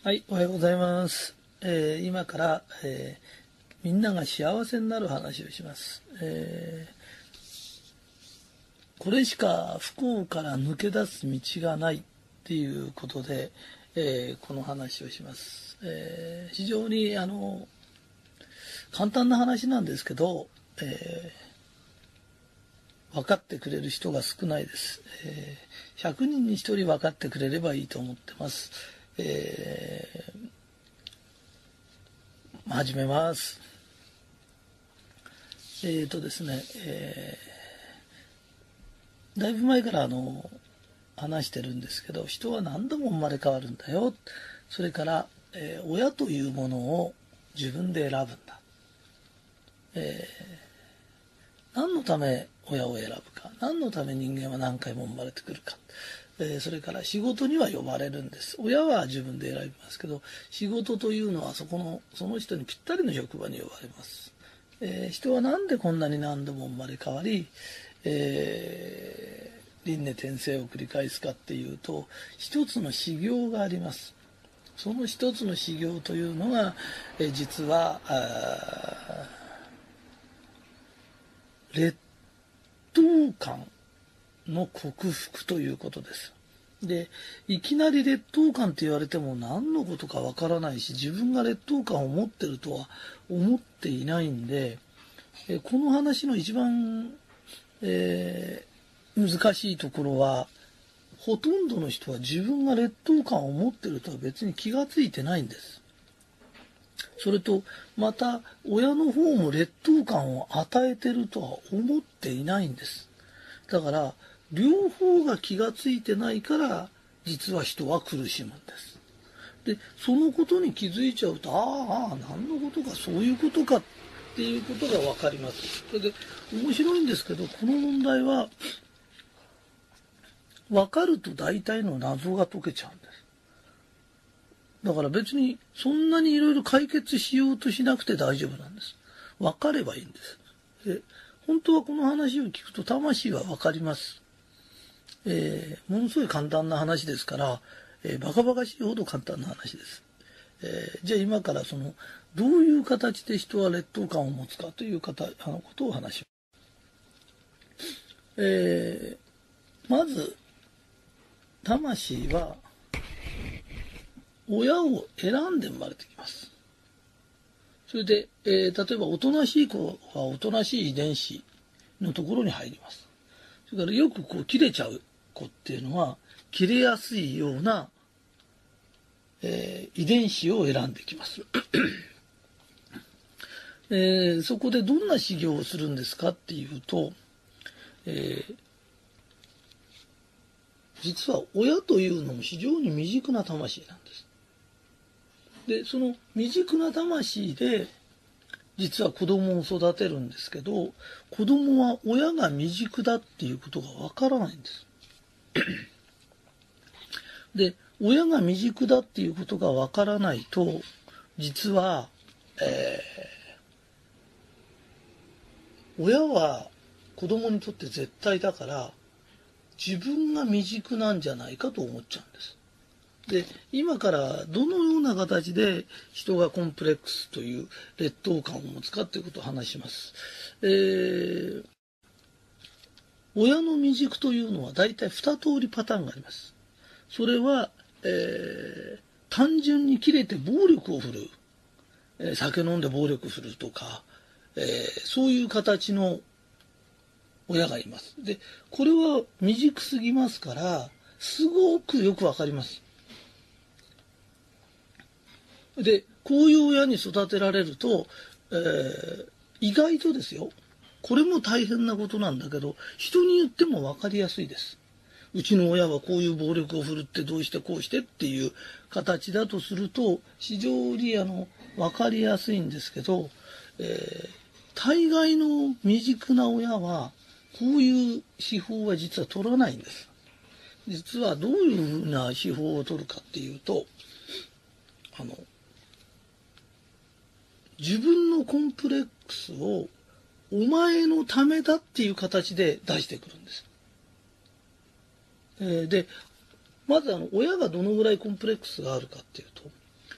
はい、おはようございます。今から、みんなが幸せになる話をします。これしか不幸から抜け出す道がないっていうことで、この話をします。非常に簡単な話なんですけど、分かってくれる人が少ないです。100人に1人分かってくれればいいと思ってます。始めます。ですね、だいぶ前から話してるんですけど、人は何度も生まれ変わるんだよ。それから、親というものを自分で選ぶんだ。何のため親を選ぶか、何のため人間は何回も生まれてくるか、それから仕事には呼ばれるんです。親は自分で選びますけど、仕事というのはその人にぴったりの職場に呼ばれます。人はなんでこんなに何度も生まれ変わり、輪廻転生を繰り返すかっていうと、一つの修行があります。その一つの修行というのが、実は劣等感の克服ということです。で、いきなり劣等感って言われても何のことかわからないし、自分が劣等感を持ってるとは思っていないんで、この話の一番、難しいところは、ほとんどの人は自分が劣等感を持ってるとは別に気がついてないんです。それと、また、親の方も劣等感を与えてるとは思っていないんです。だから、両方が気がついてないから、実は人は苦しむんです。で、そのことに気づいちゃうと、何のことか、そういうことかっていうことがわかります。それで、面白いんですけど、この問題は、わかると大体の謎が解けちゃうんです。だから別にそんなにいろいろ解決しようとしなくて大丈夫なんです。わかればいいんです。で、本当はこの話を聞くと魂はわかります。ものすごい簡単な話ですから、バカバカしいほど簡単な話です。じゃあ今からどういう形で人は劣等感を持つかということを話します。まず、魂は親を選んで生まれてきます。それで、例えばおとなしい子はおとなしい遺伝子のところに入ります。それからよく切れちゃう子っていうのは、切れやすいような、遺伝子を選んできます。そこでどんな修行をするんですかっていうと、実は親というのも非常に未熟な魂なんです。で、その未熟な魂で、実は子供を育てるんですけど、子供は親が未熟だっていうことがわからないんです。で、親が未熟だっていうことがわからないと、実は、親は子供にとって絶対だから、自分が未熟なんじゃないかと思っちゃうんです。で、今からどのような形で人がコンプレックスという劣等感を持つかということを話します。親の未熟というのは大体2通りパターンがあります。それは、単純に切れて暴力を振るう、酒飲んで暴力振るうとか、そういう形の親がいます。で、これは未熟すぎますから、すごくよくわかります。で、こういう親に育てられると、意外とですよ、これも大変なことなんだけど、人に言ってもわかりやすいです。うちの親はこういう暴力を振るってどうしてこうしてっていう形だとすると、非常にわかりやすいんですけど、大概の未熟な親は、こういう手法は実は取らないんです。実はどういうふうな手法を取るかっていうと、自分のコンプレックスをお前のためだっていう形で出してくるんです。で、まず親がどのぐらいコンプレックスがあるかっていうと、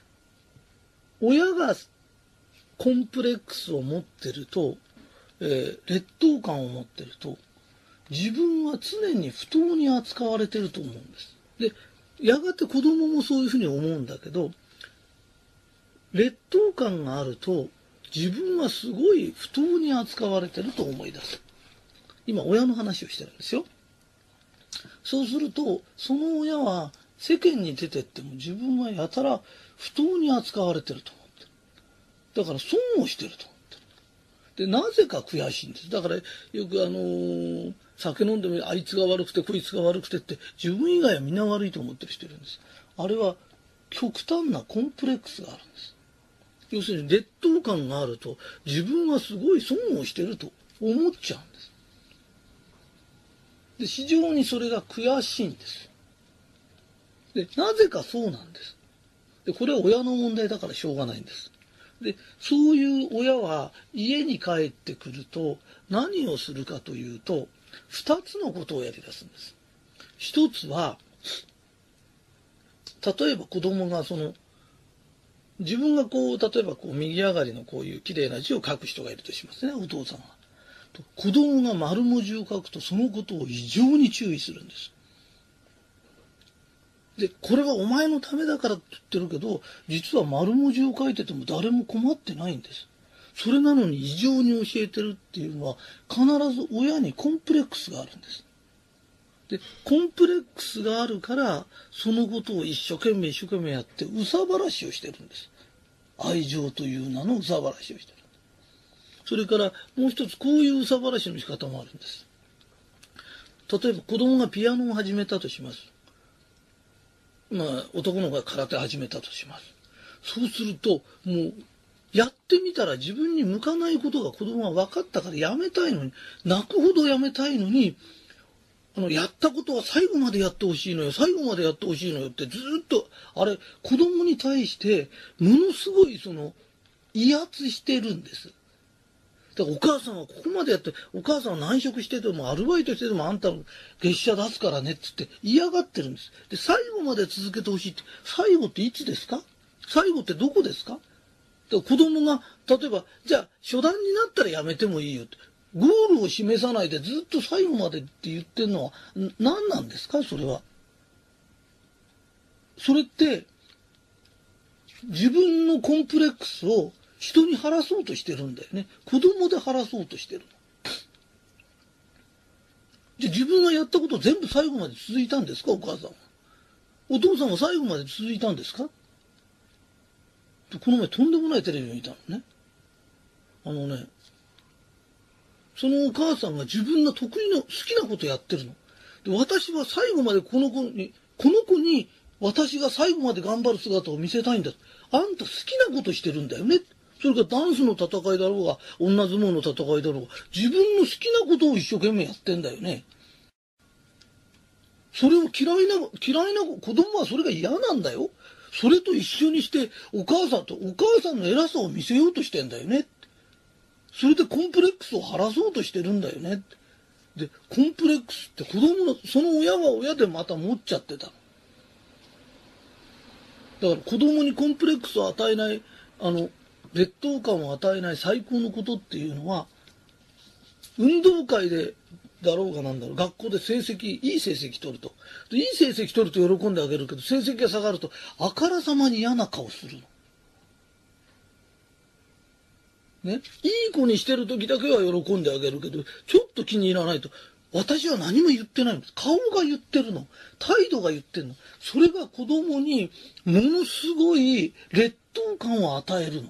親がコンプレックスを持ってると、劣等感を持ってると、自分は常に不当に扱われてると思うんです。で、やがて子供もそういうふうに思うんだけど、劣等感があると、自分はすごい不当に扱われてると思い出す。今、親の話をしてるんですよ。そうすると、その親は世間に出てっても自分はやたら不当に扱われてると思ってる。だから損をしてると思ってる。で、なぜか悔しいんです。だからよく酒飲んでもあいつが悪くてこいつが悪くてって自分以外はみんな悪いと思ってる人いるんです。あれは極端なコンプレックスがあるんです。要するに劣等感があると自分はすごい損をしてると思っちゃうんです。で、非常にそれが悔しいんです。で、なぜかそうなんです。で、これは親の問題だからしょうがないんです。で、そういう親は家に帰ってくると何をするかというと、二つのことをやり出すんです。一つは、例えば子供が自分が例えば右上がりのこういう綺麗な字を書く人がいるとしますね、お父さんが。子供が丸文字を書くとそのことを異常に注意するんです。で、これはお前のためだからって言ってるけど、実は丸文字を書いてても誰も困ってないんです。それなのに異常に教えてるっていうのは、必ず親にコンプレックスがあるんです。で、コンプレックスがあるから、そのことを一生懸命やって、憂さ晴らしをしてるんです。愛情という名の憂さ晴らしをしてる。それからもう一つ、こういう憂さ晴らしの仕方もあるんです。例えば子供がピアノを始めたとします。男の子が空手始めたとします。そうすると、もう、やってみたら自分に向かないことが子供は分かったからやめたいのに、泣くほどやめたいのに、やったことは最後までやってほしいのよ、最後までやってほしいのよってずっと、あれ、子供に対して、ものすごい威圧してるんです。だからお母さんはここまでやって、お母さんは難職しててもアルバイトしててもあんた月謝出すからねって言って嫌がってるんです。で、最後まで続けてほしいって、最後っていつですか？最後ってどこですか？で子供が、例えば、じゃあ初段になったらやめてもいいよって、ゴールを示さないでずっと最後までって言ってるのは何なんですか？それは。それって、自分のコンプレックスを人に晴らそうとしてるんだよね。子供で晴らそうとしてるの。じゃあ自分がやったこと全部最後まで続いたんですか？お母さんは。お父さんは最後まで続いたんですか？この前とんでもないテレビを見たのね。そのお母さんが自分の得意の好きなことやってるの。で、私は最後までこの子に私が最後まで頑張る姿を見せたいんだ。あんた好きなことしてるんだよね。それからダンスの戦いだろうが、女相撲の戦いだろうが、自分の好きなことを一生懸命やってんだよね。それを嫌いな子供はそれが嫌なんだよ。それと一緒にしてお母さんの偉さを見せようとしてんだよね。それでコンプレックスを晴らそうとしてるんだよね。で、コンプレックスって子供の、その親は親でまた持っちゃってた。だから子供にコンプレックスを与えない、劣等感を与えない最高のことっていうのは、運動会でだろうがなんだろう、学校でいい成績取ると。いい成績取ると喜んであげるけど、成績が下がると、あからさまに嫌な顔するの。ね。いい子にしてる時だけは喜んであげるけど、ちょっと気に入らないと、私は何も言ってないんです。顔が言ってるの。態度が言ってるの。それが子供にものすごい劣等感を与えるの。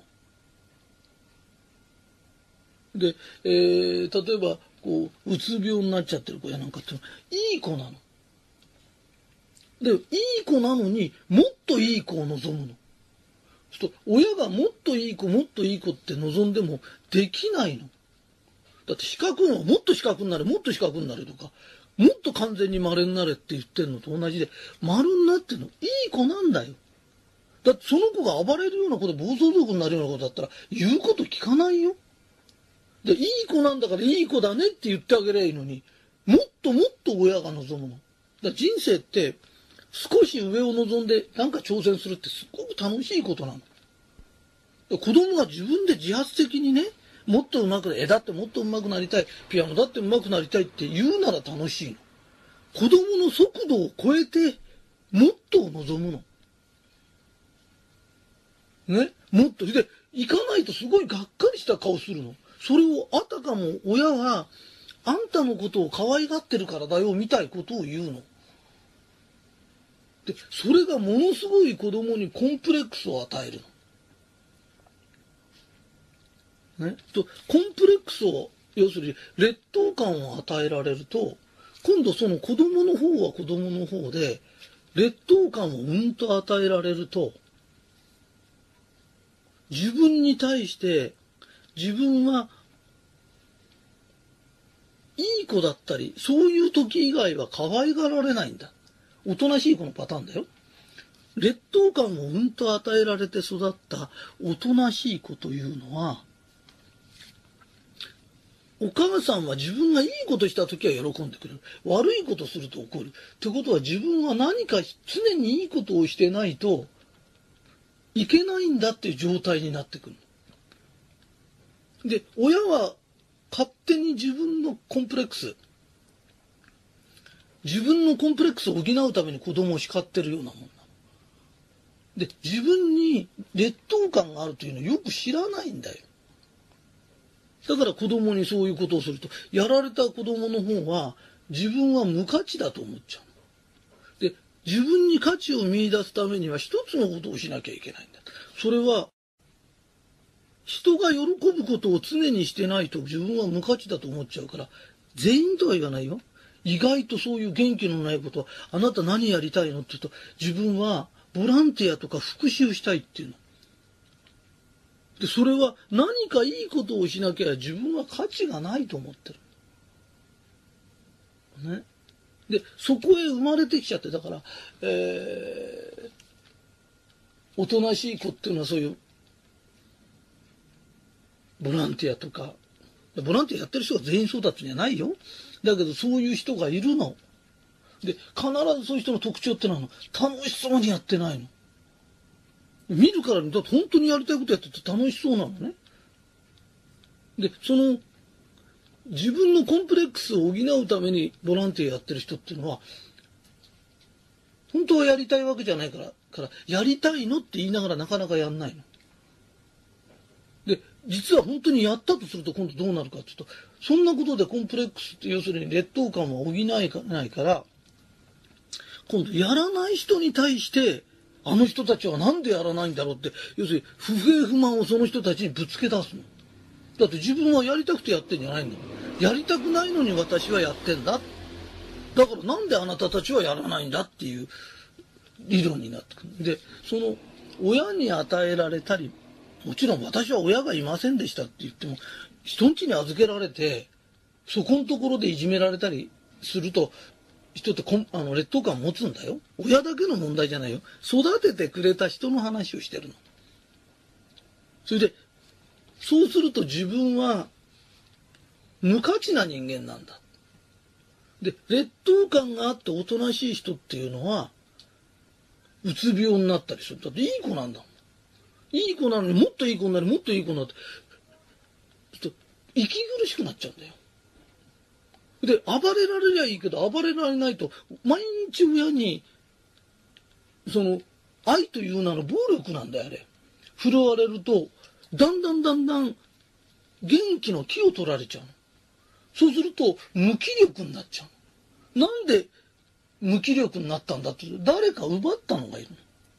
で、例えば、うつ病になっちゃってる子やなんかっていい子なの。で、いい子なのにもっといい子を望むの。親がもっといい子って望んでもできないの。だってもっと四角になれとか、もっと完全に丸になれって言ってるのと同じで、丸になってるのいい子なんだよ。だってその子が暴れるようなこと、暴走族になるようなことだったら言うこと聞かないよ。で、いい子なんだからいい子だねって言ってあげればいいのに、もっともっと親が望むの。だから人生って少し上を望んでなんか挑戦するってすごく楽しいことなの。 子供が自分で自発的にね、もっと上手く、絵だってもっと上手くなりたい、ピアノだって上手くなりたいって言うなら楽しいの。子供の速度を超えて、もっとを望むの。ね、もっと。で、行かないとすごいがっかりした顔するの。それをあたかも親は、あんたのことを可愛がってるからだよ、みたいことを言うの。で、それがものすごい子供にコンプレックスを与えるの。ね。と、コンプレックスを、要するに劣等感を与えられると、今度その子供の方は子供の方で、劣等感をうんと与えられると、自分に対して自分はいい子だったり、そういう時以外は可愛がられないんだ。おとなしい子のパターンだよ。劣等感をうんと与えられて育ったおとなしい子というのは、お母さんは自分がいいことした時は喜んでくれる。悪いことすると怒る。ってことは自分は何か常にいいことをしてないといけないんだっていう状態になってくる。で、親は勝手に自分のコンプレックス、自分のコンプレックスを補うために子供を叱ってるようなもんなの。で、自分に劣等感があるというのをよく知らないんだよ。だから子供にそういうことをすると、やられた子供の方は自分は無価値だと思っちゃう。で、自分に価値を見出すためには一つのことをしなきゃいけないんだ。それは、人が喜ぶことを常にしてないと自分は無価値だと思っちゃうから、全員とは言わないよ。意外とそういう元気のないことは、あなた何やりたいのって言うと、自分はボランティアとか復讐したいっていうの。で、それは何かいいことをしなきゃ自分は価値がないと思ってる。ね。で、そこへ生まれてきちゃって、だから、おとなしい子っていうのはそういうボランティアとか、ボランティアやってる人が全員そうだってんじゃないよ。だけどそういう人がいるの。で、必ずそういう人の特徴ってのは楽しそうにやってないの。見るからに、だって本当にやりたいことやってて楽しそうなのね。で、その、自分のコンプレックスを補うためにボランティアやってる人っていうのは、本当はやりたいわけじゃないから、やりたいのって言いながらなかなかやんないの。で、実は本当にやったとすると今度どうなるかっていうと、そんなことでコンプレックスって要するに劣等感は補えないから、今度やらない人に対して、あの人たちはなんでやらないんだろうって、要するに不平不満をその人たちにぶつけ出すの。だって自分はやりたくてやってんじゃないんだもん。やりたくないのに私はやってんだ。だからなんであなたたちはやらないんだっていう理論になってくる。で、その親に与えられたり、もちろん私は親がいませんでしたって言っても、人ん家に預けられて、そこのところでいじめられたりすると、人って劣等感を持つんだよ。親だけの問題じゃないよ。育ててくれた人の話をしてるの。それで、そうすると自分は無価値な人間なんだ。で、劣等感があっておとなしい人っていうのは、うつ病になったりする。だっていい子なんだもん。いい子なのにもっといい子になる、もっといい子になって、息苦しくなっちゃうんだよ。で、暴れられりゃいいけど、暴れられないと、毎日親に、愛という名の暴力なんだよ、あれ。振るわれると、だんだん元気の気を取られちゃうの。そうすると、無気力になっちゃうの。なんで無気力になったんだって、誰か奪ったのがいる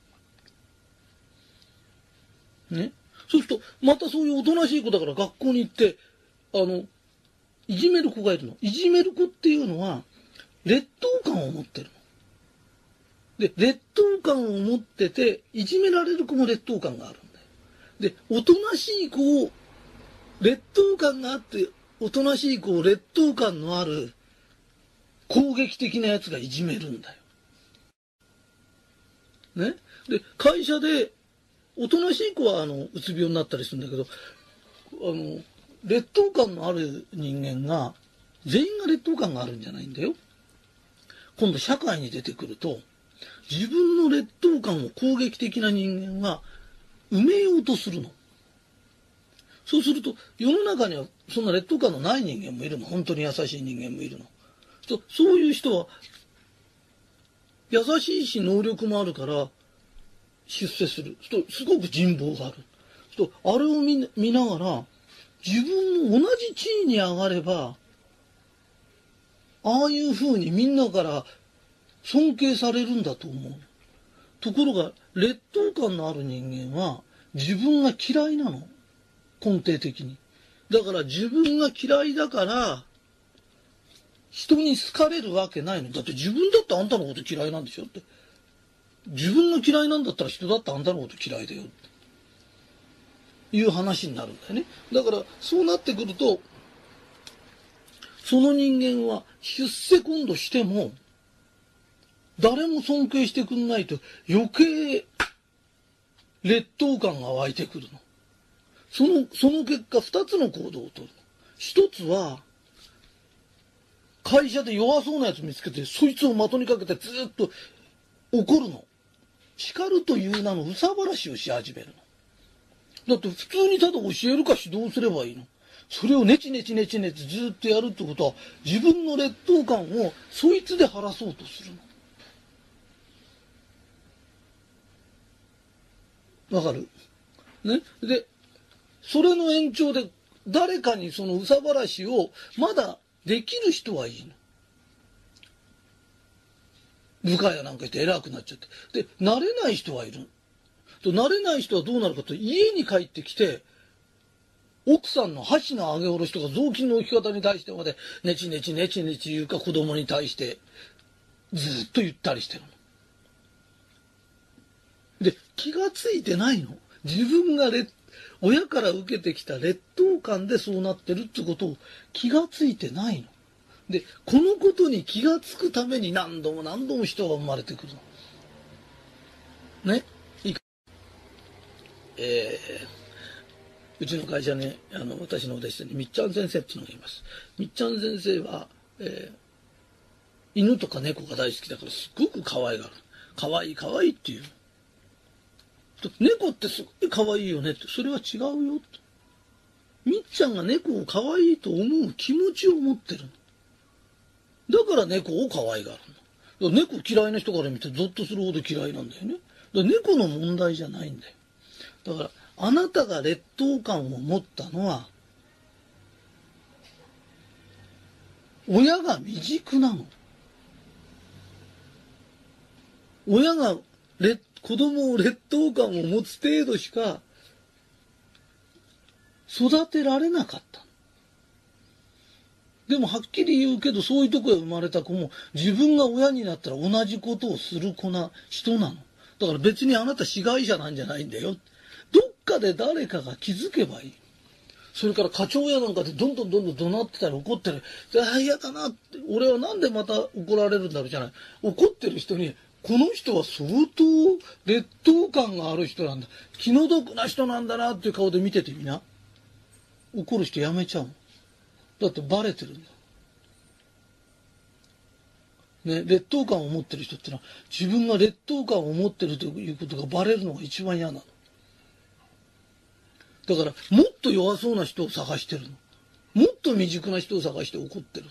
の。ね。そうすると、またそういうおとなしい子だから学校に行って、いじめる子がいるの。いじめる子っていうのは、劣等感を持ってるの。で、劣等感を持ってて、いじめられる子も劣等感があるんだよ。で、おとなしい子を、劣等感があって、おとなしい子を劣等感のある攻撃的なやつがいじめるんだよ。ね。で、会社で、おとなしい子はうつ病になったりするんだけど、劣等感のある人間が、全員が劣等感があるんじゃないんだよ。今度社会に出てくると、自分の劣等感を攻撃的な人間が埋めようとするの。 そうすると、世の中にはそんな劣等感のない人間もいるの。本当に優しい人間もいるの。そういう人は、優しいし能力もあるから、出世する。すごく人望がある。あれを見ながら、自分も同じ地位に上がれば、ああいうふうにみんなから尊敬されるんだと思う。ところが、劣等感のある人間は、自分が嫌いなの。根底的に。だから自分が嫌いだから、人に好かれるわけないの。だって自分だってあんたのこと嫌いなんでしょって。自分が嫌いなんだったら人だってあんたのこと嫌いだよ。っていう話になるんだよね。だからそうなってくると、その人間は出世今度しても、誰も尊敬してくんないと余計劣等感が湧いてくるの。その結果二つの行動をとる。一つは、会社で弱そうなやつ見つけて、そいつを的にかけてずっと怒るの。叱るという名の憂さ晴らしをし始めるの。だって普通にただ教えるか指導すればいいの。それをネチネチずっとやるってことは、自分の劣等感をそいつで晴らそうとするの。わかる？ね。で、それの延長で誰かにその憂さ晴らしをまだできる人はいいの。部下やなんかして偉くなっちゃって。で、慣れない人はいる。慣れない人はどうなるかと、家に帰ってきて、奥さんの箸の上げ下ろしとか雑巾の置き方に対してまで、ネチネチ言うか子供に対して、ずっと言ったりしてるの。で、気がついてないの。自分が親から受けてきた劣等感でそうなってるってことを気がついてないの。で、このことに気がつくために何度も人が生まれてくるの。ね。いいか。うちの会社に、私のお弟子にみっちゃん先生っていうのがいます。みっちゃん先生は、犬とか猫が大好きだからすっごく可愛がる。可愛いっていう。猫ってすごい可愛いよねって。それは違うよって。みっちゃんが猫を可愛いと思う気持ちを持ってるの。だから猫を可愛がるの。猫嫌いな人から見てゾッとするほど嫌いなんだよね。猫の問題じゃないんだよ。だからあなたが劣等感を持ったのは親が未熟なの。親が子供を劣等感を持つ程度しか育てられなかった。でもはっきり言うけど、そういうとこへ生まれた子も自分が親になったら同じことをする人なの。だから別にあなた被害者なんじゃないんだよ。どっかで誰かが気づけばいい。それから課長やなんかでどんどん怒鳴ってたり怒ってる。嫌だなって。俺はなんでまた怒られるんだろうじゃない。怒ってる人に、この人は相当劣等感がある人なんだ。気の毒な人なんだなっていう顔で見ててみな。怒る人やめちゃう。だってバレてるんだ。ね、劣等感を持ってる人ってのは自分が劣等感を持ってるということがバレるのが一番嫌なの。だからもっと弱そうな人を探してるの。もっと未熟な人を探して怒って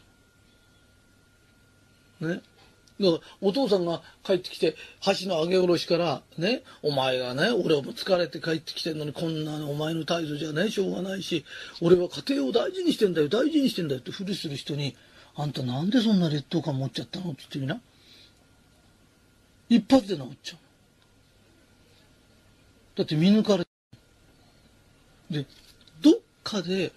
る。ね。だからお父さんが帰ってきて箸の上げ下ろしからね、お前がね、俺も疲れて帰ってきてんのにこんなお前の態度じゃねしょうがないし、俺は家庭を大事にしてんだよってふりする人に、あんたなんでそんな劣等感持っちゃったのって言ってみな。一発で治っちゃう。だって見抜かれて。で、どっかで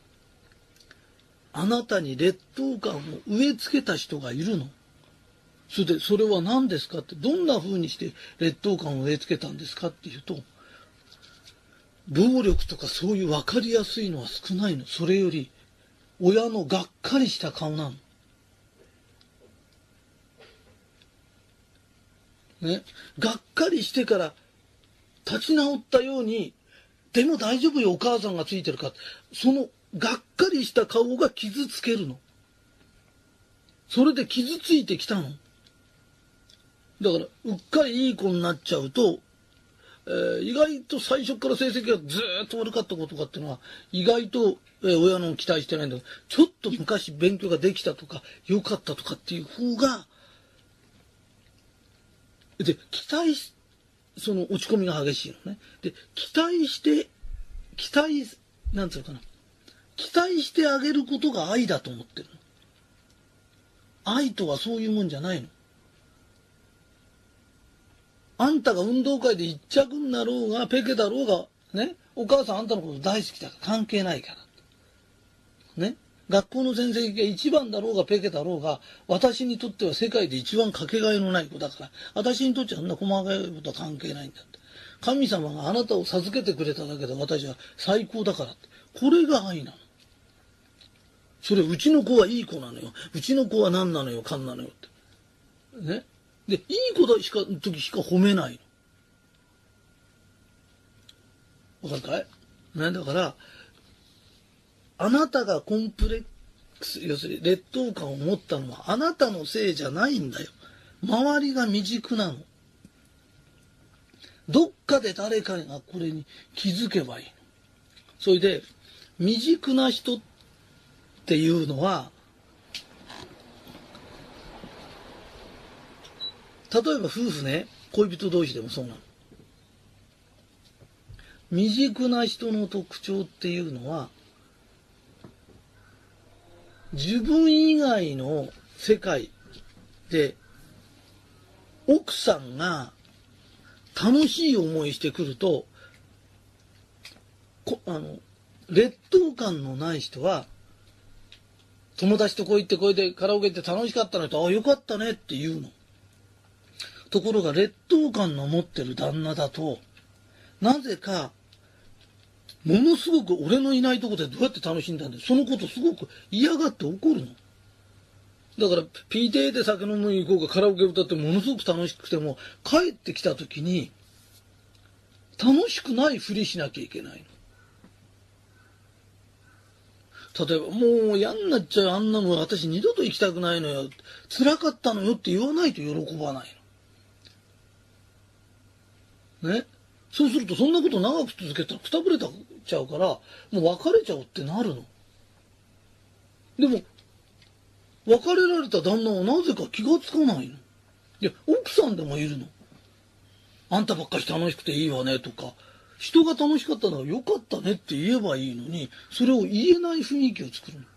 あなたに劣等感を植え付けた人がいるの。それは何ですかって、どんな風にして劣等感を植え付けたんですかっていうと、暴力とかそういう分かりやすいのは少ないの。それより親のがっかりした顔なの。ね、がっかりしてから立ち直ったように、でも大丈夫よお母さんがついてるか、そのがっかりした顔が傷つけるの。それで傷ついてきたの。だからうっかりいい子になっちゃうと、 意外と最初から成績がずーっと悪かった子とかっていうのは、意外と、親の期待してないんだけど、ちょっと昔勉強ができたとか、良かったとかっていう方が、で、その落ち込みが激しいのね。で、なんつうのかな。期待してあげることが愛だと思ってるの。愛とはそういうもんじゃないの。あんたが運動会で一着になろうが、ペケだろうが、ね、お母さんあんたのこと大好きだから関係ないから。ね。学校の先生が一番だろうがペケだろうが、私にとっては世界で一番かけがえのない子だから、私にとってはそんな細かいことは関係ないんだって。神様があなたを授けてくれただけで私は最高だからって。これが愛なの。それ、うちの子はいい子なのよ。うちの子は何なのよ、かんなのよって。ね。で、いい子だ時しか褒めないの。わかるかい？ね、だから、あなたがコンプレックス、要するに劣等感を持ったのはあなたのせいじゃないんだよ。周りが未熟なの。どっかで誰かがこれに気づけばいいの。それで、未熟な人っていうのは、例えば夫婦ね、恋人同士でもそうなの。未熟な人の特徴っていうのは、自分以外の世界で奥さんが楽しい思いしてくると、劣等感のない人は、友達とこう行ってこれでカラオケ行って楽しかったねと、ああよかったねって言うの。ところが劣等感の持ってる旦那だと、なぜかものすごく俺のいないとこでどうやって楽しんだんだよ。そのことすごく嫌がって怒るの。だから PTA で酒飲みに行こうかカラオケ歌ってものすごく楽しくても、帰ってきた時に楽しくないふりしなきゃいけないの。例えば、もう嫌になっちゃう、あんなの私二度と行きたくないのよ、辛かったのよって言わないと喜ばないの。ね。そうするとそんなこと長く続けたらくたぶれちゃうから、もう別れちゃおうってなるの。でも、別れられた旦那はなぜか気がつかないの。いや、奥さんでもいるの。あんたばっかし楽しくていいわねとか、人が楽しかったのはよかったねって言えばいいのに、それを言えない雰囲気を作るの。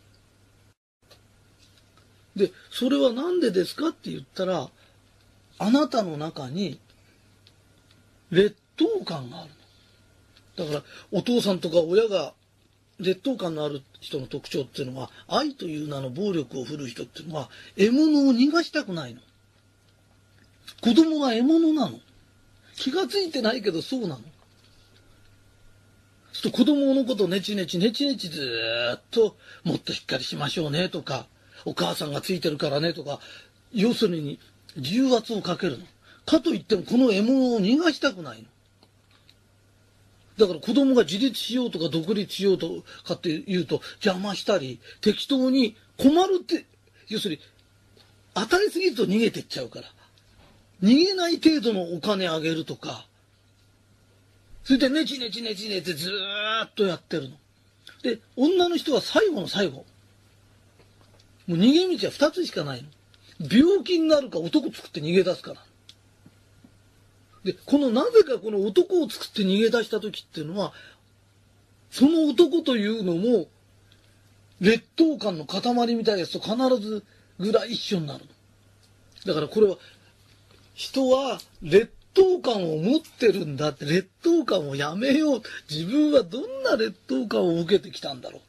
で、それはなんでですかって言ったら、あなたの中に劣等感があるの。だから、お父さんとか親が劣等感のある人の特徴っていうのは、愛という名の暴力を振るう人っていうのは、獲物を逃がしたくないの。子供が獲物なの。気がついてないけどそうなの。そうすると子供のことをネチネチずーっと、もっとしっかりしましょうねとか、お母さんがついてるからねとか、要するに重圧をかけるの。かといってもこの獲物を逃がしたくないの。だから子供が自立しようとか独立しようとかって言うと邪魔したり、適当に困るって、要するに与えすぎると逃げてっちゃうから、逃げない程度のお金あげるとか、それでネチネチずーっとやってるの。で、女の人は最後の最後。もう逃げ道は2つしかないの。病気になるか男作って逃げ出すから。で、なぜかこの男を作って逃げ出した時っていうのは、その男というのも、劣等感の塊みたいなやつと必ずぐらい一緒になるの。だからこれは、人は劣等感を持ってるんだって、劣等感をやめよう。自分はどんな劣等感を受けてきたんだろ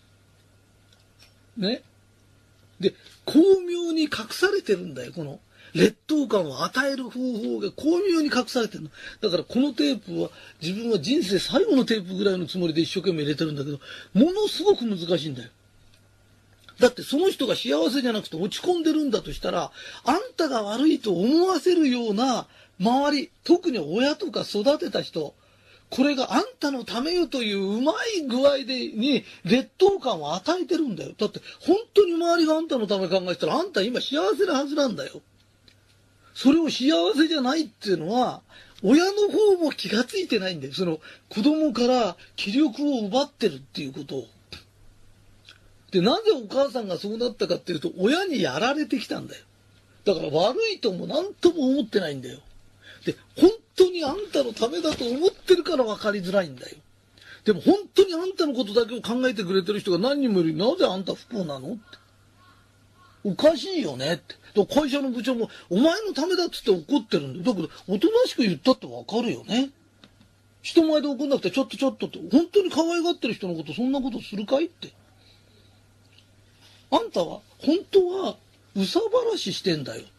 う。ね。で、巧妙に隠されてるんだよ、この。劣等感を与える方法が巧妙に隠されてるの。だからこのテープは自分は人生最後のテープぐらいのつもりで一生懸命入れてるんだけど、ものすごく難しいんだよ。だってその人が幸せじゃなくて落ち込んでるんだとしたら、あんたが悪いと思わせるような周り、特に親とか育てた人、これがあんたのためよといううまい具合に劣等感を与えてるんだよ。だって本当に周りがあんたのため考えてたら、あんた今幸せなはずなんだよ。それを幸せじゃないっていうのは、 親の方も気がついてないんだよ。その子供から気力を奪ってるっていうことを。で、なぜお母さんがそうなったかっていうと、親にやられてきたんだよ。だから悪いとも何とも思ってないんだよ。で、本当にあんたのためだと思ってるから分かりづらいんだよ。でも本当にあんたのことだけを考えてくれてる人が何人もいる。なぜあんた不幸なのって。おかしいよねって。会社の部長も、お前のためだっつって怒ってるんだよ。だけど、おとなしく言ったってわかるよね。人前で怒んなくて、ちょっとって、本当に可愛がってる人のこと、そんなことするかいって。あんたは、本当は、憂さ晴らししてんだよって。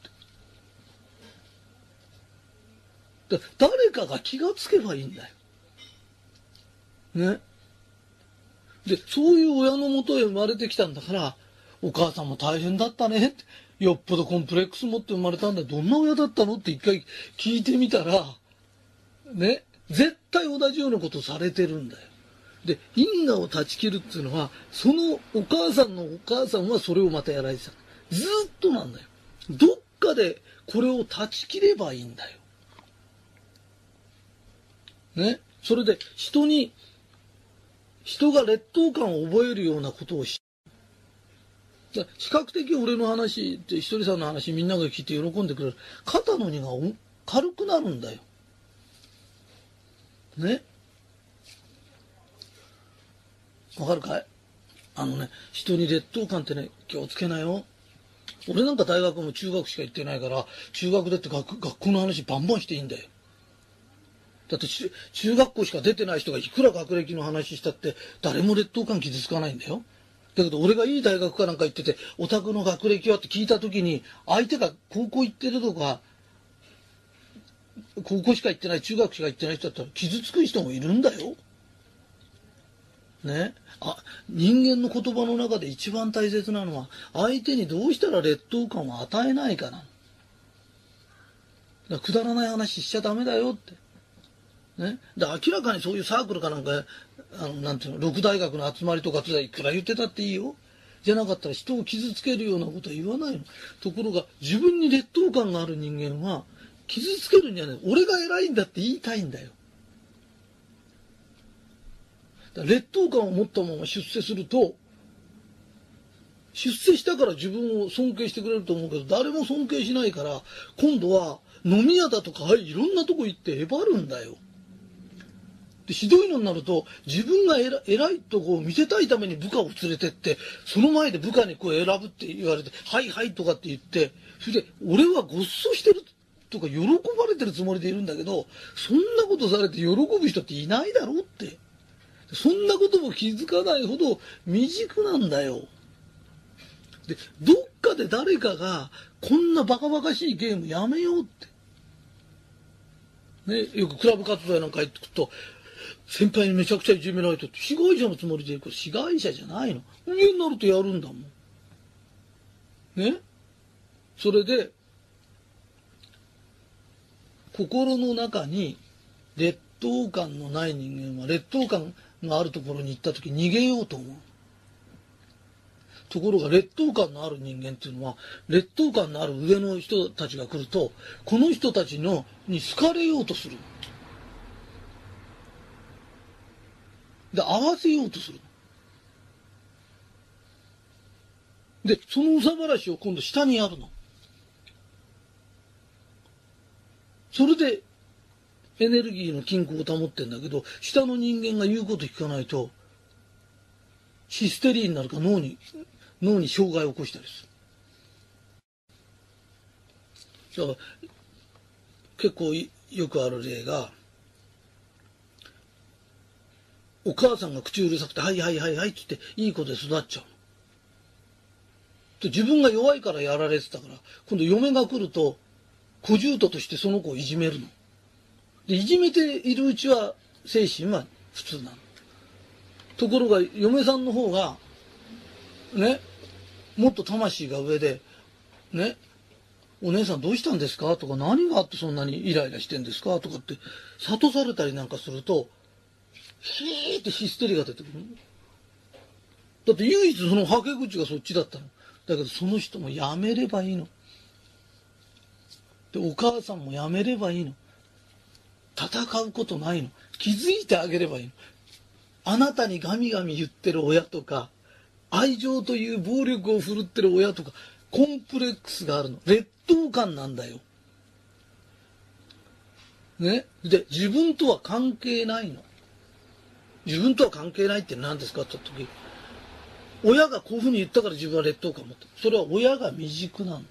誰かが気がつけばいいんだよ。ね。で、そういう親のもとへ生まれてきたんだから、お母さんも大変だったねって。よっぽどコンプレックス持って生まれたんだよ。どんな親だったのって一回聞いてみたら、ね、絶対同じようなことされてるんだよ。で、因果を断ち切るっていうのは、そのお母さんのお母さんはそれをまたやられてた。ずっとなんだよ。どっかでこれを断ち切ればいいんだよ。ね。それで人が劣等感を覚えるようなことを比較的俺の話ってひとりさんの話みんなが聞いて喜んでくれる。肩の荷が軽くなるんだよ。ね。わかるかい？人に劣等感ってね、気をつけなよ。俺なんか大学も中学しか行ってないから、中学でって学校の話バンバンしていいんだよ。だって中学校しか出てない人がいくら学歴の話したって誰も劣等感傷つかないんだよ。だけど俺がいい大学かなんか行ってて、お宅の学歴はって聞いた時に、相手が高校行ってるとか、高校しか行ってない、中学しか行ってない人だったら傷つく人もいるんだよ。ね。人間の言葉の中で一番大切なのは、相手にどうしたら劣等感を与えないかな。だからくだらない話しちゃダメだよって。ね。で、明らかにそういうサークルかなんか、なんていうの、六大学の集まりとかいくら言ってたっていいよ。じゃなかったら人を傷つけるようなことは言わないの。ところが、自分に劣等感がある人間は、傷つけるんじゃない。俺が偉いんだって言いたいんだよ。だから劣等感を持ったまま出世すると、出世したから自分を尊敬してくれると思うけど、誰も尊敬しないから、今度は飲み屋だとか、いろんなとこ行ってえばるんだよ。で、ひどいのになると、自分が偉いとこを見せたいために部下を連れてって、その前で部下にこう選ぶって言われて、はいはいとかって言って、それで、俺はごっそしてるとか喜ばれてるつもりでいるんだけど、そんなことされて喜ぶ人っていないだろうって。そんなことも気づかないほど未熟なんだよ。で、どっかで誰かが、こんなバカバカしいゲームやめようって。ね、よくクラブ活動やなんか行ってくると、先輩にめちゃくちゃいじめられてて、被害者のつもりで行く。被害者じゃないの。人間になるとやるんだもん。ね。それで、心の中に劣等感のない人間は、劣等感があるところに行った時逃げようと思う。ところが劣等感のある人間っていうのは、劣等感のある上の人たちが来ると、この人たちに好かれようとする。で、合わせようとする。で、その憂さ晴らしを今度下にやるの。それでエネルギーの均衡を保ってんだけど、下の人間が言うこと聞かないと、ヒステリーになるか脳に障害を起こしたりする。だから結構よくある例が、お母さんが口うるさくて、はいはいはいはいって言って、いい子で育っちゃうの。自分が弱いからやられてたから、今度嫁が来ると、小獣人としてその子をいじめるの。で、いじめているうちは精神は普通なの。ところが、嫁さんの方が、ね、もっと魂が上で、ね、お姉さんどうしたんですかとか、何があってそんなにイライラしてんですかとかって、諭されたりなんかすると、ヒーってヒステリーが出てくる。だって唯一そのはけ口がそっちだったの。だけどその人もやめればいいの。で、お母さんもやめればいいの。 戦うことないの。気づいてあげればいいの。あなたにガミガミ言ってる親とか、愛情という暴力を振るってる親とか、コンプレックスがあるの。劣等感なんだよ。ね。で、自分とは関係ないの。自分とは関係ないって何ですかって言った時、親がこういうふうに言ったから自分は劣等感を持ってる。それは親が未熟なの。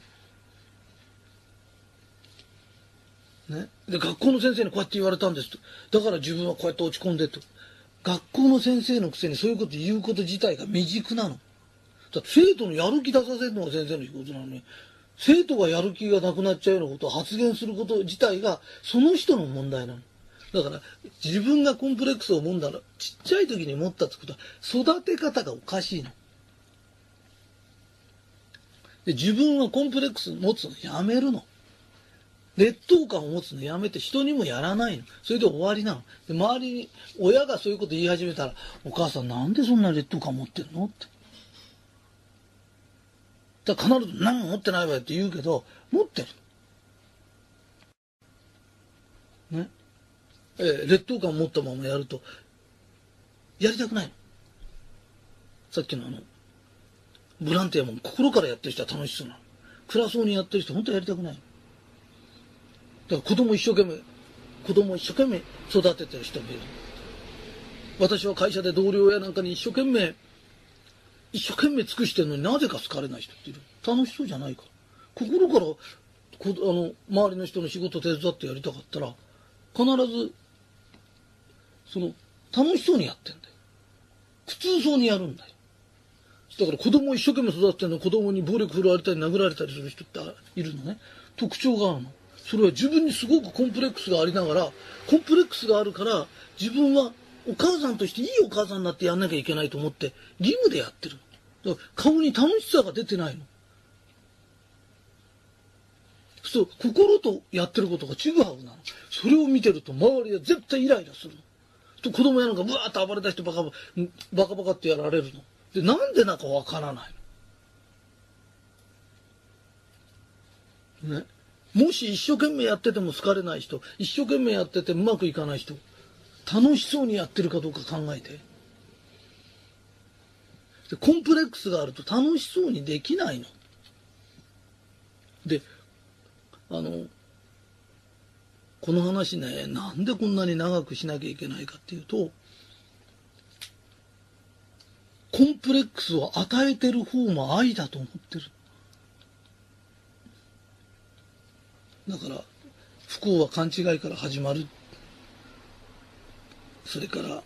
ね。で、学校の先生にこうやって言われたんですと。だから自分はこうやって落ち込んでと。学校の先生のくせにそういうこと言うこと自体が未熟なの。だって生徒のやる気出させるのが先生の仕事なのに、生徒がやる気がなくなっちゃうようなことを発言すること自体がその人の問題なの。だから自分がコンプレックスを持んだら、ちっちゃい時に持ったってことは育て方がおかしいの。で、自分はコンプレックス持つのやめるの。劣等感を持つのやめて人にもやらないの。それで終わりなの。で、周りに親がそういうこと言い始めたら、お母さんなんでそんな劣等感持ってるのって。だから必ず何も持ってないわよって言うけど、持ってる。ね。劣等感を持ったままやると、やりたくないの。さっきのボランティアも心からやってる人は楽しそうなの。暗そうにやってる人本当はやりたくないの。だから子供一生懸命育ててる人もいる。私は会社で同僚やなんかに一生懸命尽くしてるのになぜか好かれない人っている。楽しそうじゃないから。心から周りの人の仕事手伝ってやりたかったら、必ず楽しそうにやってんだよ。苦痛そうにやるんだよ。だから子供を一生懸命育ててるのに子供に暴力振るわれたり殴られたりする人っているのね。特徴があるの。それは自分にすごくコンプレックスがありながら、コンプレックスがあるから自分はお母さんとしていいお母さんになってやんなきゃいけないと思って義務でやってる。だから顔に楽しさが出てないの。そう、心とやってることがちぐはぐなの。それを見てると周りは絶対イライラするの。子供やなんかブワーッと暴れ出してバカバカってやられるの。で、なんでなんかわからないの。ね。もし一生懸命やってても好かれない人、一生懸命やっててうまくいかない人、楽しそうにやってるかどうか考えて。で、コンプレックスがあると楽しそうにできないの。で、この話ね、なんでこんなに長くしなきゃいけないかっていうと、コンプレックスを与えてる方も愛だと思ってる。だから不幸は勘違いから始まる。それから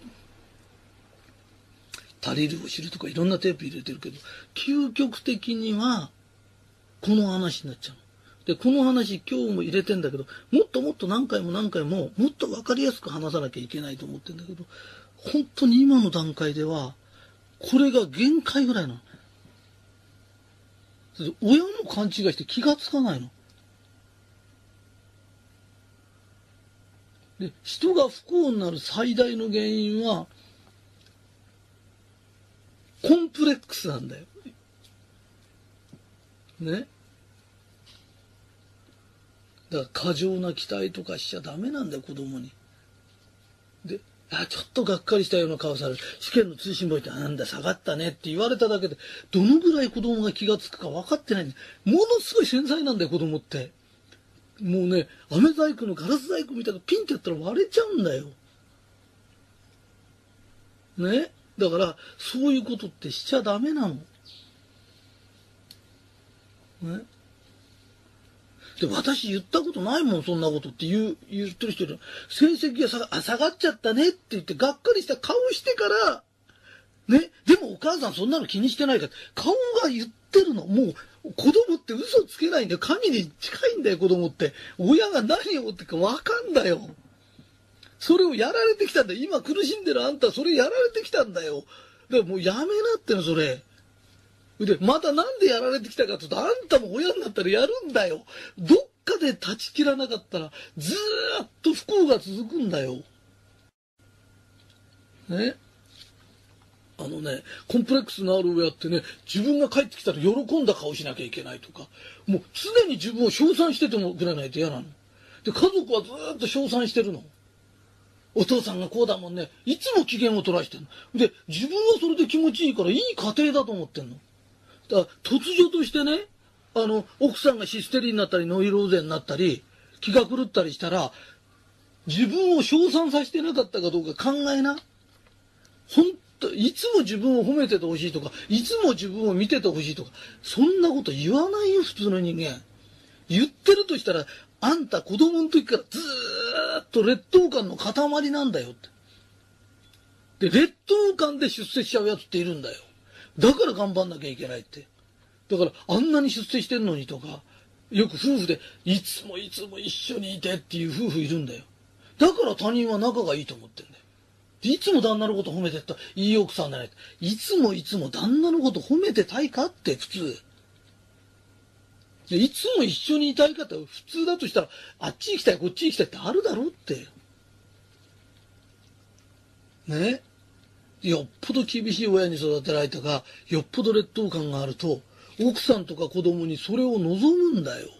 足りるを知るとかいろんなテープ入れてるけど、究極的にはこの話になっちゃうの。で、この話今日も入れてんだけど、もっともっと何回ももっと分かりやすく話さなきゃいけないと思ってんだけど、本当に今の段階ではこれが限界ぐらいなの。親も勘違いして気がつかないの。で、人が不幸になる最大の原因はコンプレックスなんだよ。ね。だから過剰な期待とかしちゃダメなんだよ、子供に。で、ちょっとがっかりしたような顔される。試験の通信簿ってなんだ下がったねって言われただけで、どのぐらい子供が気がつくか分かってないんだよ。ものすごい繊細なんだよ、子供って。もうね、飴細工のガラス細工みたいなピンってやったら割れちゃうんだよ。ね。だから、そういうことってしちゃダメなの。ね。で、私言ったことないもん、そんなことって言ってる人いる。成績が下がっちゃったねって言ってがっかりした顔してから、ね。でもお母さんそんなの気にしてないから、顔が言ってるの。もう、子供って嘘つけないんだよ。神に近いんだよ、子供って。親が何を思ってるか分かんだよ。それをやられてきたんだよ。今苦しんでるあんた、それやられてきたんだよ。だからもうやめなっての、それ。で、またなんでやられてきたかって言うと、あんたも親になったらやるんだよ。どっかで断ち切らなかったら、ずーっと不幸が続くんだよ。ね。コンプレックスのある親ってね、自分が帰ってきたら喜んだ顔しなきゃいけないとか、もう常に自分を称賛しててもくれないと嫌なの。で、家族はずーっと称賛してるの。 お父さんがこうだもんね。いつも機嫌を取らしてんの。で、自分はそれで気持ちいいからいい家庭だと思ってんの。だから突如としてね、奥さんがヒステリーになったりノイローゼになったり、気が狂ったりしたら、自分を称賛させてなかったかどうか考えな。本当、いつも自分を褒めててほしいとか、いつも自分を見ててほしいとか、そんなこと言わないよ、普通の人間。言ってるとしたら、あんた子供の時からずーっと劣等感の塊なんだよって。で、劣等感で出世しちゃうやつっているんだよ。だから頑張んなきゃいけないって。だから、あんなに出世してんのにとか、よく夫婦で、いつもいつも一緒にいてっていう夫婦いるんだよ。だから他人は仲がいいと思ってんだよ。いつも旦那のこと褒めてったいい奥さんじゃない。いつもいつも旦那のこと褒めてたいかって普通。いつも一緒にいたいかって普通だとしたら、あっち行きたいこっち行きたいってあるだろって。ね。よっぽど厳しい親に育てられたか、よっぽど劣等感があると、奥さんとか子供にそれを望むんだよ。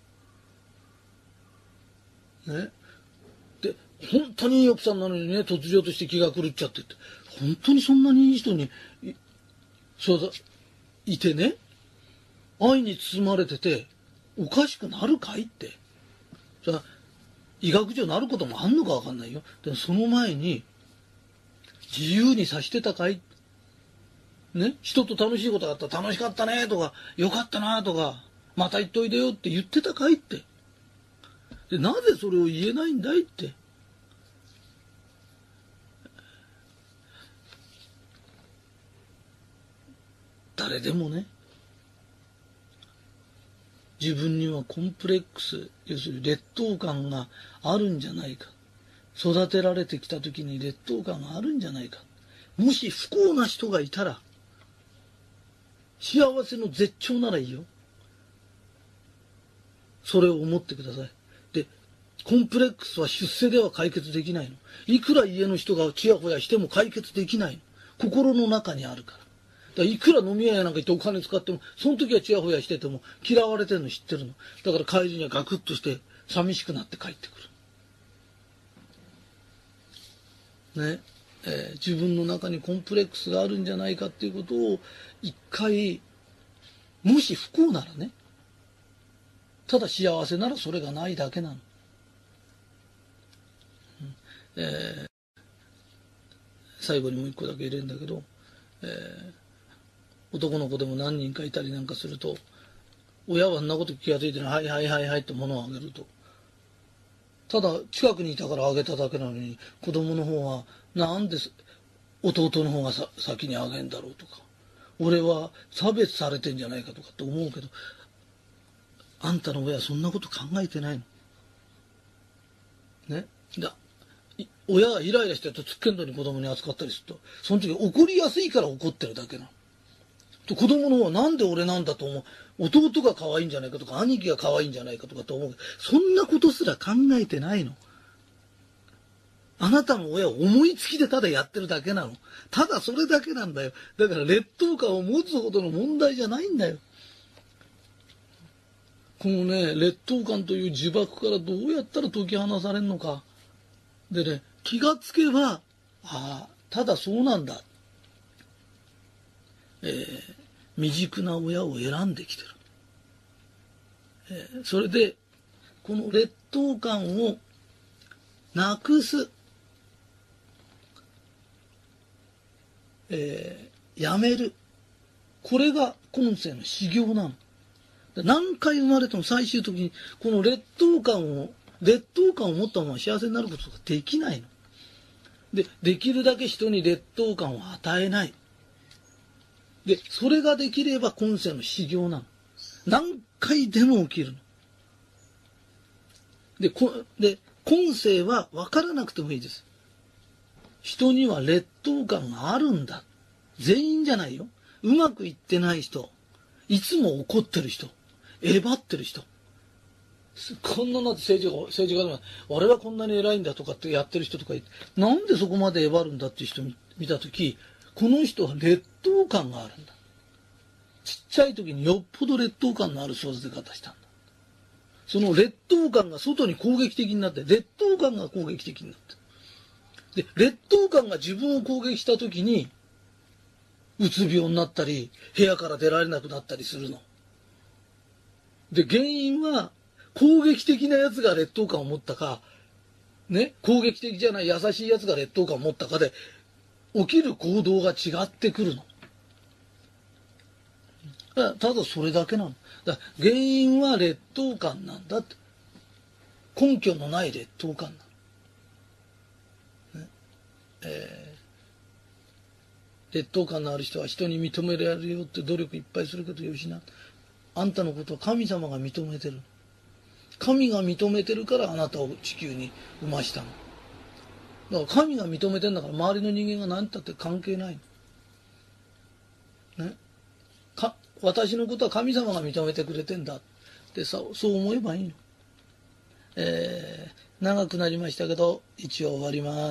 ね。で、本当にいい奥さんなのにね、突如として気が狂っちゃってって、本当にそんなにいい人に、そうだ、いてね、愛に包まれてて、おかしくなるかいって。さあ、医学上なることもあんのかわかんないよ。でもその前に、自由にさしてたかい、ね、人と楽しいことがあったら楽しかったねとか、よかったなとか、また言っといでよって言ってたかいって。で、なぜそれを言えないんだいって。誰でもね、自分にはコンプレックス、要するに劣等感があるんじゃないか。育てられてきた時に劣等感があるんじゃないか。もし不幸な人がいたら、幸せの絶頂ならいいよ。それを思ってください。で、コンプレックスは出世では解決できないの。いくら家の人がちやほやしても解決できないの。心の中にあるから。だからいくら飲み屋やなんか行ってお金使っても、その時はちやほやしてても嫌われてるの知ってるの。だから帰りにはガクッとして寂しくなって帰ってくる。ね。自分の中にコンプレックスがあるんじゃないかっていうことを一回、もし不幸ならね、ただ幸せならそれがないだけなの。最後にもう一個だけ入れるんだけど、男の子でも何人かいたりなんかすると、親はあんなこと気がついてない、はいはいはいはいって物をあげると。ただ近くにいたからあげただけなのに、子供の方はなんで弟の方が先にあげんだろうとか、俺は差別されてんじゃないかとかって思うけど、あんたの親はそんなこと考えてないの。ね。親がイライラしてるとつっけんどに子供に扱ったりすると、その時怒りやすいから怒ってるだけなの。子供の方はなんで俺なんだと思う。弟が可愛いんじゃないかとか、兄貴が可愛いんじゃないかとかと思うけど、そんなことすら考えてないの。あなたの親は思いつきでただやってるだけなの。ただそれだけなんだよ。だから劣等感を持つほどの問題じゃないんだよ。このね、劣等感という呪縛からどうやったら解き放されるのか。でね、気がつけば、ああ、ただそうなんだ。未熟な親を選んできてる。それで、この劣等感をなくす。やめる。これが今世の修行なの。何回生まれても最終的にこの劣等感を持ったまま幸せになることができないの。できるだけ人に劣等感を与えない。で、それができれば今世の修行なの。何回でも起きるの。で、今世は分からなくてもいいです。人には劣等感があるんだ。全員じゃないよ。うまくいってない人、いつも怒ってる人、えばってる人、こんなの政治家でも俺はこんなに偉いんだとかってやってる人とかいて、なんでそこまでえばるんだっていう人見たとき、この人は劣等感があるんだ。ちっちゃい時によっぽど劣等感のある育て方したんだ。その劣等感が外に攻撃的になって、劣等感が攻撃的になって。 で、劣等感が自分を攻撃した時に、うつ病になったり、部屋から出られなくなったりするの。で、原因は、攻撃的なやつが劣等感を持ったか、ね、攻撃的じゃない優しいやつが劣等感を持ったかで、起きる行動が違ってくるの。ただそれだけなの。だ原因は劣等感なんだって。根拠のない劣等感なの。ね劣等感のある人は人に認められるよって努力いっぱいするけどよしな。あんたのことは神様が認めてる。神が認めてるからあなたを地球に生ましたの。だから神が認めてんだから周りの人間が何たって関係ないの。ね。私のことは神様が認めてくれてんだってそう思えばいいの。長くなりましたけど一応終わります。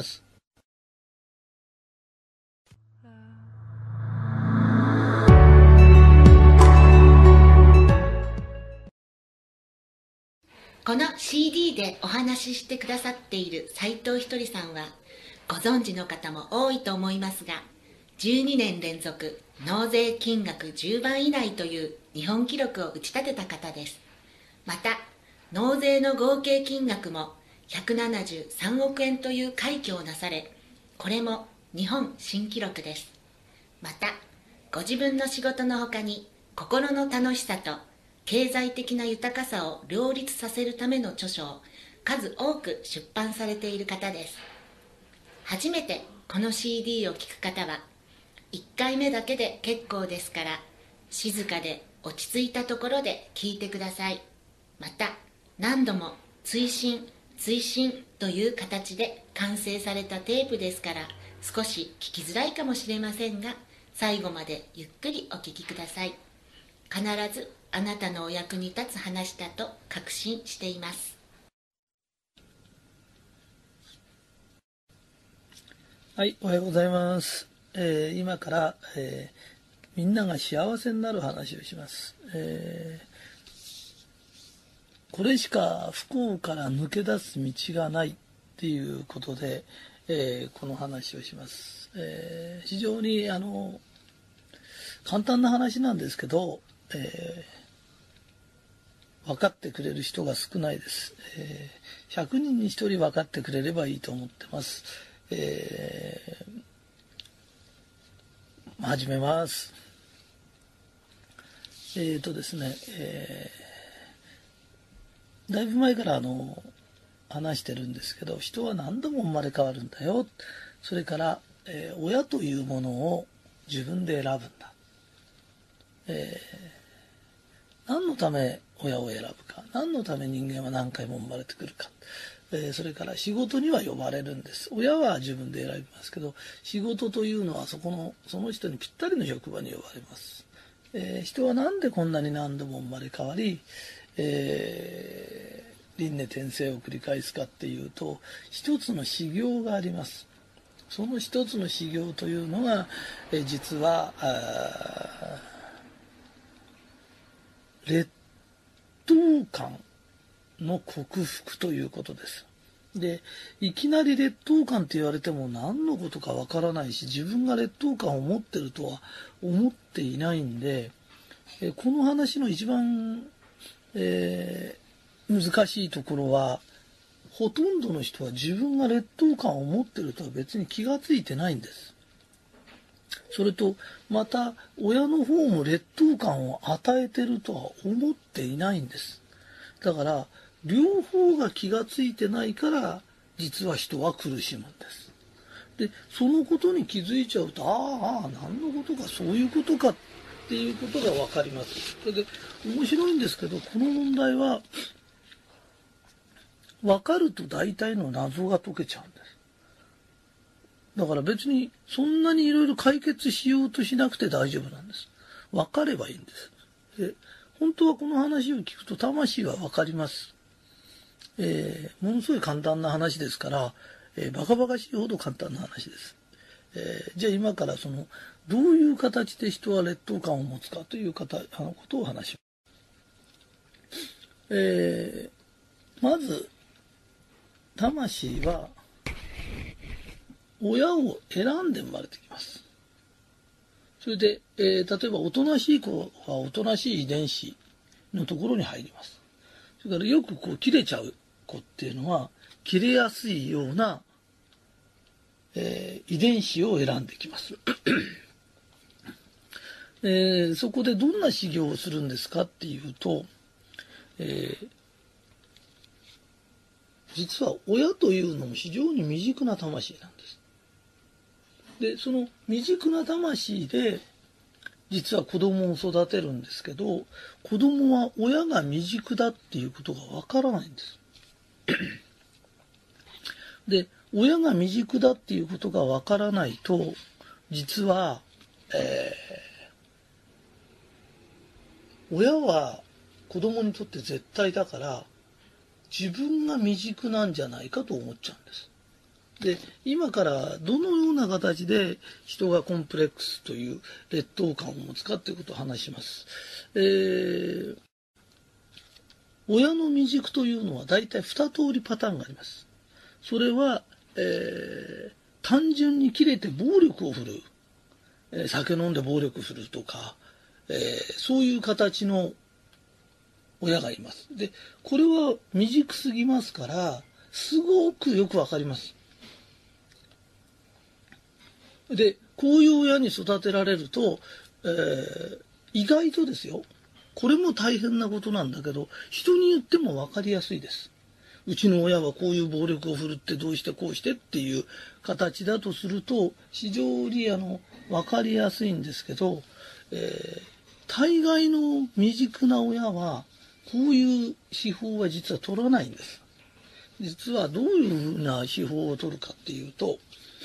この CD でお話ししてくださっている斉藤ひとりさんはご存知の方も多いと思いますが、12年連続納税金額10番以内という日本記録を打ち立てた方です。また納税の合計金額も173億円という快挙をなされ、これも日本新記録です。またご自分の仕事のほかに心の楽しさと経済的な豊かさを両立させるための著書を数多く出版されている方です。初めてこの CD を聴く方は1回目だけで結構ですから、静かで落ち着いたところで聴いてください。また何度も追伸という形で完成されたテープですから、少し聞きづらいかもしれませんが、最後までゆっくりお聞きください。必ずあなたのお役に立つ話だと確信しています。 はい、おはようございます。今から、みんなが幸せになる話をします。これしか不幸から抜け出す道がないっていうことで、この話をします。非常に簡単な話なんですけど、分かってくれる人が少ないです。100人に1人分かってくれればいいと思ってます。始めます。ですね、だいぶ前から話してるんですけど、人は何度も生まれ変わるんだよ。それから、親というものを自分で選ぶんだ。何のため親を選ぶか、何のため人間は何回も生まれてくるか、それから仕事には呼ばれるんです。親は自分で選びますけど、仕事というのはその人にぴったりの職場に呼ばれます。人はなんでこんなに何度も生まれ変わり、輪廻転生を繰り返すかっていうと、一つの修行があります。その一つの修行というのが、実は劣等感の克服ということです。で、いきなり劣等感って言われても何のことかわからないし、自分が劣等感を持ってるとは思っていないんで、この話の一番、難しいところは、ほとんどの人は自分が劣等感を持ってるとは別に気がついてないんです。それとまた親の方も劣等感を与えてるとは思っていないんです。だから両方が気がついてないから実は人は苦しむんです。でそのことに気づいちゃうと何のことかそういうことかっていうことが分かります。それで面白いんですけど、この問題は分かると大体の謎が解けちゃうんです。だから別にそんなにいろいろ解決しようとしなくて大丈夫なんです。分かればいいんです。で本当はこの話を聞くと魂は分かります。ものすごい簡単な話ですから、バカバカしいほど簡単な話です。じゃあ今からどういう形で人は劣等感を持つかということを話します。まず魂は親を選んで生まれてきます。それで、例えばおとなしい子はおとなしい遺伝子のところに入ります。それからよくこう切れちゃう子っていうのは切れやすいような、遺伝子を選んできます。そこでどんな修行をするんですかっていうと、実は親というのも非常に未熟な魂なんです。で、その未熟な魂で実は子供を育てるんですけど、子供は親が未熟だっていうことがわからないんです。で、親が未熟だっていうことがわからないと、実は、親は子供にとって絶対だから、自分が未熟なんじゃないかと思っちゃうんです。で、今からどのような形で人がコンプレックスという劣等感を持つかということを話します。親の未熟というのは大体2通りパターンがあります。それは、単純に切れて暴力を振るう、酒飲んで暴力振るとか、そういう形の親がいます。で、これは未熟すぎますから、すごくよくわかります。で、こういう親に育てられると、意外とですよ、これも大変なことなんだけど、人に言ってもわかりやすいです。うちの親はこういう暴力を振るってどうしてこうしてっていう形だとすると、非常にわかりやすいんですけど、大概の未熟な親は、こういう手法は実は取らないんです。実はどういうふうな手法を取るかっていうと、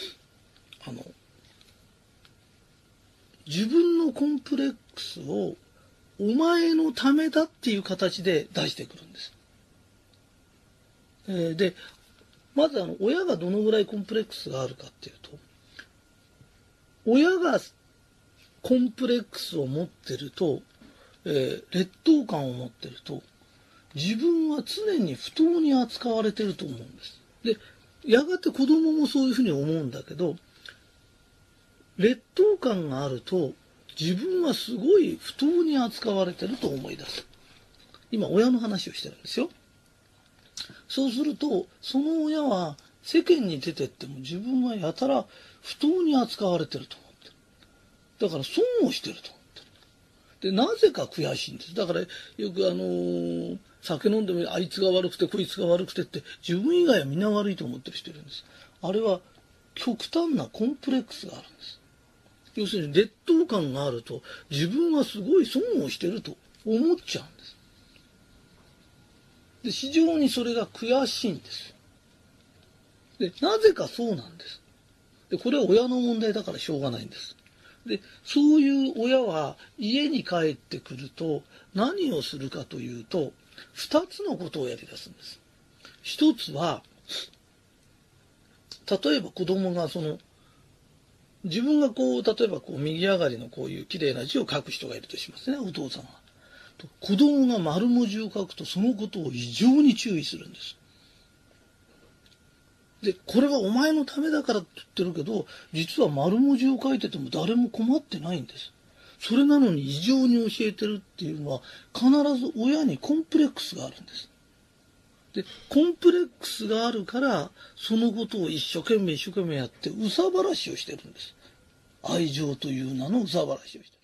自分のコンプレックスをお前のためだっていう形で出してくるんです。で、まず親がどのぐらいコンプレックスがあるかっていうと、親がコンプレックスを持ってると、劣等感を持ってると、自分は常に不当に扱われてると思うんです。で、やがて子供もそういうふうに思うんだけど、劣等感があると、自分はすごい不当に扱われてると思い出す。今、親の話をしてるんですよ。そうすると、その親は世間に出てっても自分はやたら不当に扱われてると思ってる。だから損をしてると思ってる。で、なぜか悔しいんです。だからよく酒飲んでもあいつが悪くてこいつが悪くてって自分以外はみんな悪いと思ってる人いるんです。あれは極端なコンプレックスがあるんです。要するに劣等感があると自分はすごい損をしてると思っちゃうんです。で、非常にそれが悔しいんです。で、なぜかそうなんです。で、これは親の問題だからしょうがないんです。で、そういう親は家に帰ってくると何をするかというと、二つのことをやり出すんです。一つは、例えば子供が自分が例えば右上がりのこういう綺麗な字を書く人がいるとしますね、お父さんが。子供が丸文字を書くとそのことを異常に注意するんです。で、これはお前のためだからって言ってるけど、実は丸文字を書いてても誰も困ってないんです。それなのに異常に教えてるっていうのは必ず親にコンプレックスがあるんです。で、コンプレックスがあるからそのことを一生懸命やって憂さ晴らしをしてるんです。愛情という名の憂さ晴らしをしてる。